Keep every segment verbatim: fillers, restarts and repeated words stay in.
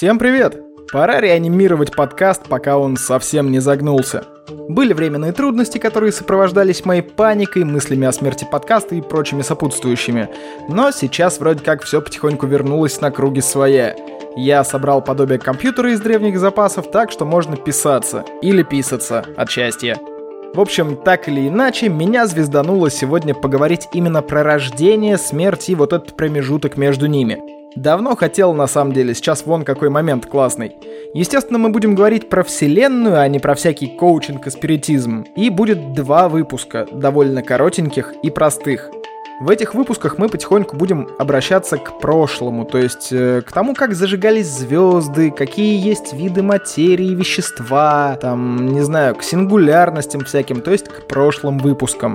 Всем привет! Пора реанимировать подкаст, пока он совсем не загнулся. Были временные трудности, которые сопровождались моей паникой, мыслями о смерти подкаста и прочими сопутствующими. Но сейчас вроде как все потихоньку вернулось на круги своя. Я собрал подобие компьютера из древних запасов, так что можно писаться. Или писаться от счастья. В общем, так или иначе, меня звездануло сегодня поговорить именно про рождение, смерть и вот этот промежуток между ними. Давно хотел, на самом деле, сейчас вон какой момент классный. Естественно, мы будем говорить про вселенную, а не про всякий коучинг и спиритизм. И будет два выпуска, довольно коротеньких и простых. В этих выпусках мы потихоньку будем обращаться к прошлому, то есть э, к тому, как зажигались звезды, какие есть виды материи, вещества, там, не знаю, к сингулярностям всяким, то есть к прошлым выпускам.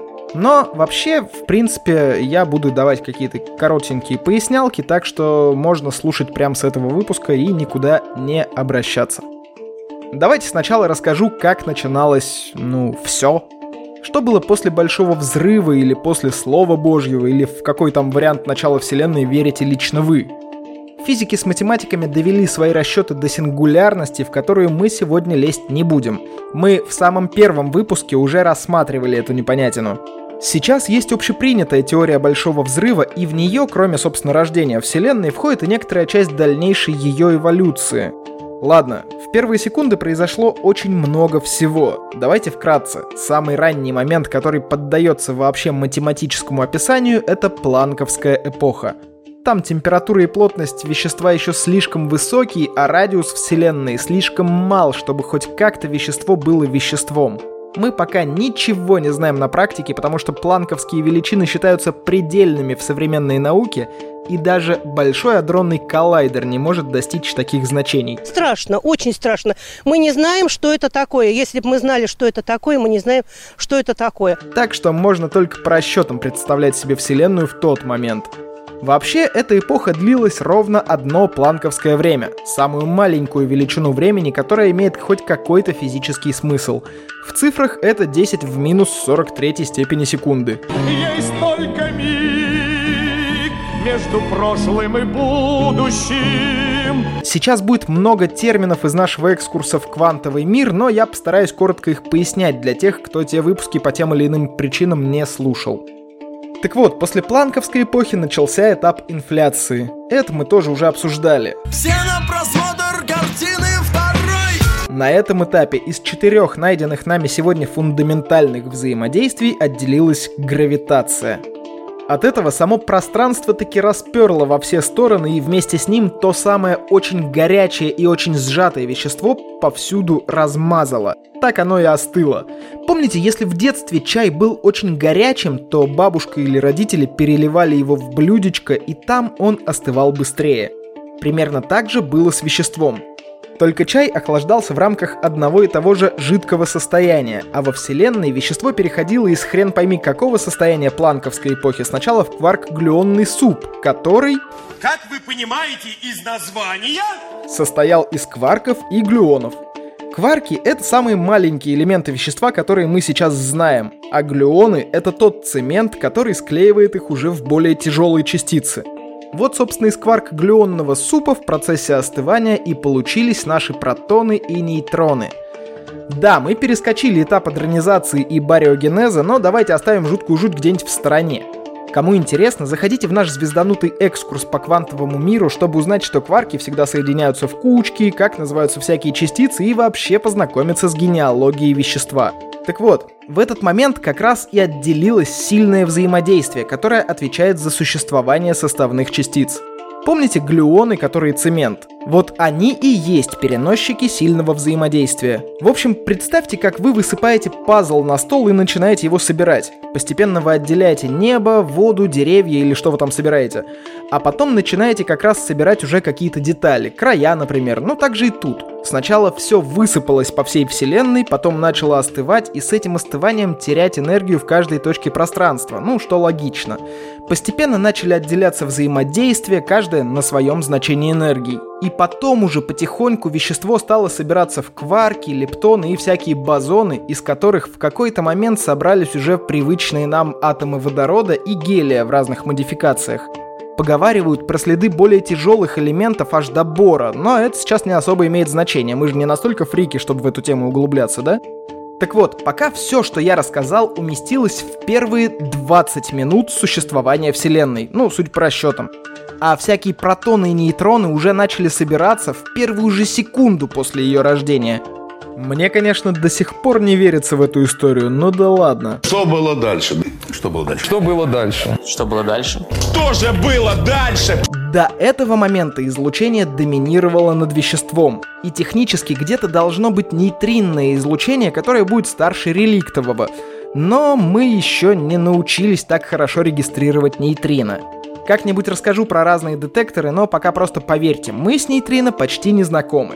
Но вообще, в принципе, я буду давать какие-то коротенькие пояснялки, так что можно слушать прямо с этого выпуска и никуда не обращаться. Давайте сначала расскажу, как начиналось, ну, все. Что было после Большого Взрыва или после Слова Божьего, или в какой там вариант начала Вселенной верите лично вы. Физики с математиками довели свои расчеты до сингулярности, в которую мы сегодня лезть не будем. Мы в самом первом выпуске уже рассматривали эту непонятину. Сейчас есть общепринятая теория Большого Взрыва, и в нее, кроме, собственно, рождения Вселенной, входит и некоторая часть дальнейшей ее эволюции. Ладно, в первые секунды произошло очень много всего. Давайте вкратце. Самый ранний момент, который поддается вообще математическому описанию, это планковская эпоха. Там температура и плотность вещества еще слишком высокие, а радиус Вселенной слишком мал, чтобы хоть как-то вещество было веществом. Мы пока ничего не знаем на практике, потому что планковские величины считаются предельными в современной науке, и даже Большой адронный коллайдер не может достичь таких значений. Страшно, очень страшно. Мы не знаем, что это такое. Если бы мы знали, что это такое, мы не знаем, что это такое. Так что можно только по расчетам представлять себе Вселенную в тот момент. Вообще, эта эпоха длилась ровно одно планковское время, самую маленькую величину времени, которая имеет хоть какой-то физический смысл. В цифрах это десять в минус сорок третьей степени секунды. Есть только миг между прошлым и будущим. Сейчас будет много терминов из нашего экскурса в квантовый мир, но я постараюсь коротко их пояснять для тех, кто те выпуски по тем или иным причинам не слушал. Так вот, после планковской эпохи начался этап инфляции. Это мы тоже уже обсуждали. Все на просмотр картины второй! На этом этапе из четырех найденных нами сегодня фундаментальных взаимодействий отделилась гравитация. От этого само пространство таки расперло во все стороны, и вместе с ним то самое очень горячее и очень сжатое вещество повсюду размазало. Так оно и остыло. Помните, если в детстве чай был очень горячим, то бабушка или родители переливали его в блюдечко, и там он остывал быстрее. Примерно так же было с веществом. Только чай охлаждался в рамках одного и того же жидкого состояния, а во Вселенной вещество переходило из хрен пойми какого состояния планковской эпохи сначала в кварк-глюонный суп, который, Как вы понимаете из названия, состоял из кварков и глюонов. Кварки — это самые маленькие элементы вещества, которые мы сейчас знаем, а глюоны — это тот цемент, который склеивает их уже в более тяжелые частицы. Вот, собственно, из кварк-глюонного супа в процессе остывания и получились наши протоны и нейтроны. Да, мы перескочили этап адронизации и бариогенеза, но давайте оставим жуткую жуть где-нибудь в стороне. Кому интересно, заходите в наш звезданутый экскурс по квантовому миру, чтобы узнать, что кварки всегда соединяются в кучки, как называются всякие частицы и вообще познакомиться с генеалогией вещества. Так вот, в этот момент как раз и отделилось сильное взаимодействие, которое отвечает за существование составных частиц. Помните глюоны, которые цемент? Вот они и есть переносчики сильного взаимодействия. В общем, представьте, как вы высыпаете пазл на стол и начинаете его собирать. Постепенно вы отделяете небо, воду, деревья или что вы там собираете. А потом начинаете как раз собирать уже какие-то детали, края, например. Ну так же и тут. Сначала все высыпалось по всей Вселенной, потом начало остывать, и с этим остыванием терять энергию в каждой точке пространства. Ну, что логично. Постепенно начали отделяться взаимодействия, каждое на своем значении энергии. И потом уже потихоньку вещество стало собираться в кварки, лептоны и всякие бозоны, из которых в какой-то момент собрались уже привычные нам атомы водорода и гелия в разных модификациях. Поговаривают про следы более тяжелых элементов аж до бора, но это сейчас не особо имеет значение, мы же не настолько фрики, чтобы в эту тему углубляться, да? Так вот, пока все, что я рассказал, уместилось в первые двадцать минут существования Вселенной, ну, судя по расчетам. А всякие протоны и нейтроны уже начали собираться в первую же секунду после ее рождения. Мне, конечно, до сих пор не верится в эту историю, но да ладно. Что было дальше? Что было дальше? Что было дальше? Что было дальше? Что же было дальше? До этого момента излучение доминировало над веществом, и технически где-то должно быть нейтринное излучение, которое будет старше реликтового. Но мы еще не научились так хорошо регистрировать нейтрино. Как-нибудь расскажу про разные детекторы, но пока просто поверьте, мы с нейтрино почти не знакомы.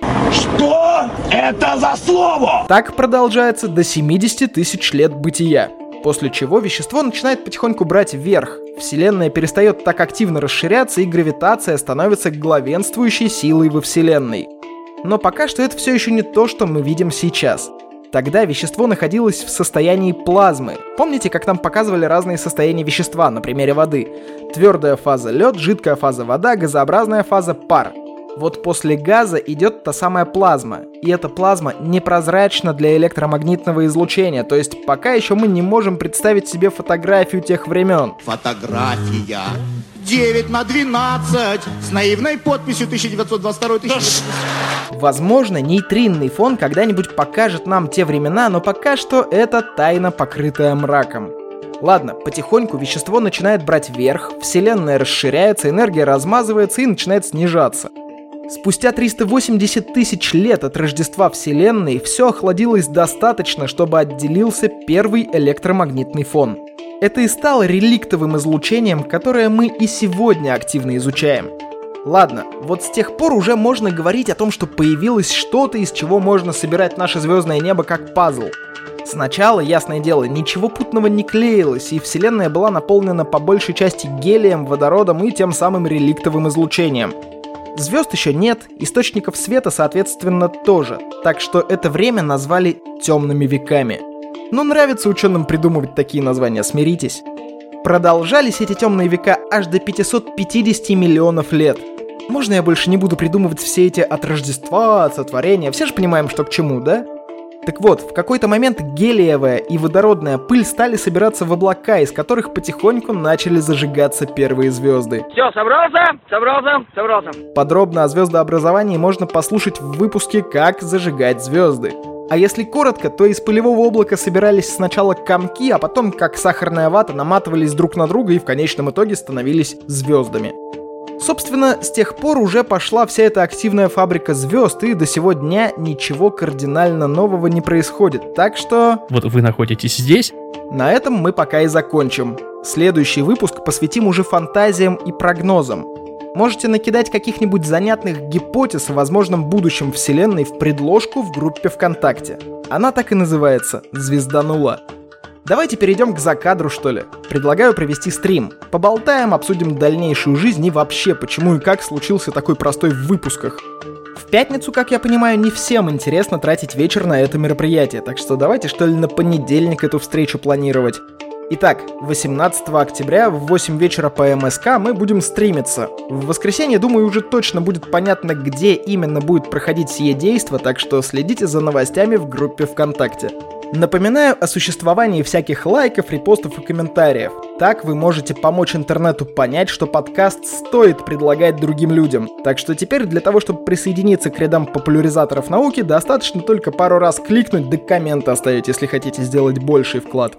Что это за слово? Так продолжается до семьдесят тысяч лет бытия, после чего вещество начинает потихоньку брать вверх. Вселенная перестает так активно расширяться, и гравитация становится главенствующей силой во Вселенной. Но пока что это все еще не то, что мы видим сейчас. Тогда вещество находилось в состоянии плазмы. Помните, как нам показывали разные состояния вещества на примере воды? Твердая фаза — лед, жидкая фаза — вода, газообразная фаза — пар. Вот после газа идет та самая плазма. И эта плазма непрозрачна для электромагнитного излучения, то есть пока еще мы не можем представить себе фотографию тех времен. Фотография девять на двенадцать с наивной подписью тысяча девятьсот двадцать второй тысяча девятьсот... Возможно, нейтринный фон когда-нибудь покажет нам те времена, но пока что это тайна, покрытая мраком. Ладно, потихоньку вещество начинает брать верх, Вселенная расширяется, энергия размазывается и начинает снижаться. Спустя триста восемьдесят тысяч лет от Рождества Вселенной все охладилось достаточно, чтобы отделился первый электромагнитный фон. Это и стало реликтовым излучением, которое мы и сегодня активно изучаем. Ладно, вот с тех пор уже можно говорить о том, что появилось что-то, из чего можно собирать наше звездное небо как пазл. Сначала, ясное дело, ничего путного не клеилось, и Вселенная была наполнена по большей части гелием, водородом и тем самым реликтовым излучением. Звезд еще нет, источников света, соответственно, тоже, так что это время назвали темными веками. Но нравится ученым придумывать такие названия, смиритесь. Продолжались эти темные века аж до пятьсот пятьдесят миллионов лет. Можно я больше не буду придумывать все эти от Рождества, от сотворения, все же понимаем, что к чему, да? Так вот, в какой-то момент гелиевая и водородная пыль стали собираться в облака, из которых потихоньку начали зажигаться первые звезды. Все, собрался? Собрался? Собрался. Подробно о звездообразовании можно послушать в выпуске «Как зажигать звезды». А если коротко, то из пылевого облака собирались сначала комки, а потом, как сахарная вата, наматывались друг на друга и в конечном итоге становились звездами. Собственно, с тех пор уже пошла вся эта активная фабрика звезд, и до сего дня ничего кардинально нового не происходит, так что... Вот вы находитесь здесь. На этом мы пока и закончим. Следующий выпуск посвятим уже фантазиям и прогнозам. Можете накидать каких-нибудь занятных гипотез о возможном будущем Вселенной в предложку в группе ВКонтакте. Она так и называется «Звезданула». Давайте перейдем к закадру, что ли. Предлагаю провести стрим. Поболтаем, обсудим дальнейшую жизнь и вообще, почему и как случился такой простой в выпусках. В пятницу, как я понимаю, не всем интересно тратить вечер на это мероприятие, так что давайте, что ли, на понедельник эту встречу планировать. Итак, восемнадцатого октября в восемь вечера по эм эс ка мы будем стримиться. В воскресенье, думаю, уже точно будет понятно, где именно будет проходить сие действо, так что следите за новостями в группе ВКонтакте. Напоминаю о существовании всяких лайков, репостов и комментариев. Так вы можете помочь интернету понять, что подкаст стоит предлагать другим людям. Так что теперь для того, чтобы присоединиться к рядам популяризаторов науки, достаточно только пару раз кликнуть да комменты оставить, если хотите сделать больший вклад.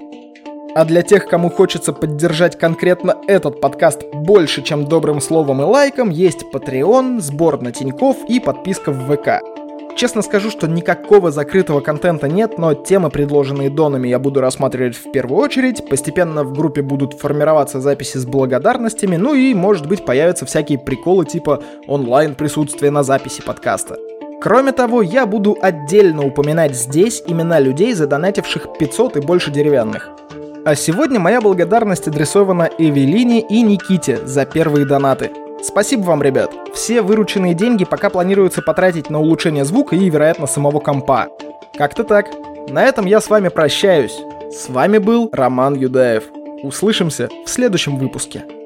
А для тех, кому хочется поддержать конкретно этот подкаст больше, чем добрым словом и лайком, есть Patreon, сбор на Тинькофф и подписка в вэ ка. Честно скажу, что никакого закрытого контента нет, но темы, предложенные донами, я буду рассматривать в первую очередь. Постепенно в группе будут формироваться записи с благодарностями, ну и, может быть, появятся всякие приколы типа онлайн-присутствия на записи подкаста. Кроме того, я буду отдельно упоминать здесь имена людей, задонативших пятьсот и больше деревянных. А сегодня моя благодарность адресована Эвелине и Никите за первые донаты. Спасибо вам, ребят. Все вырученные деньги пока планируется потратить на улучшение звука и, вероятно, самого компа. Как-то так. На этом я с вами прощаюсь. С вами был Роман Юдаев. Услышимся в следующем выпуске.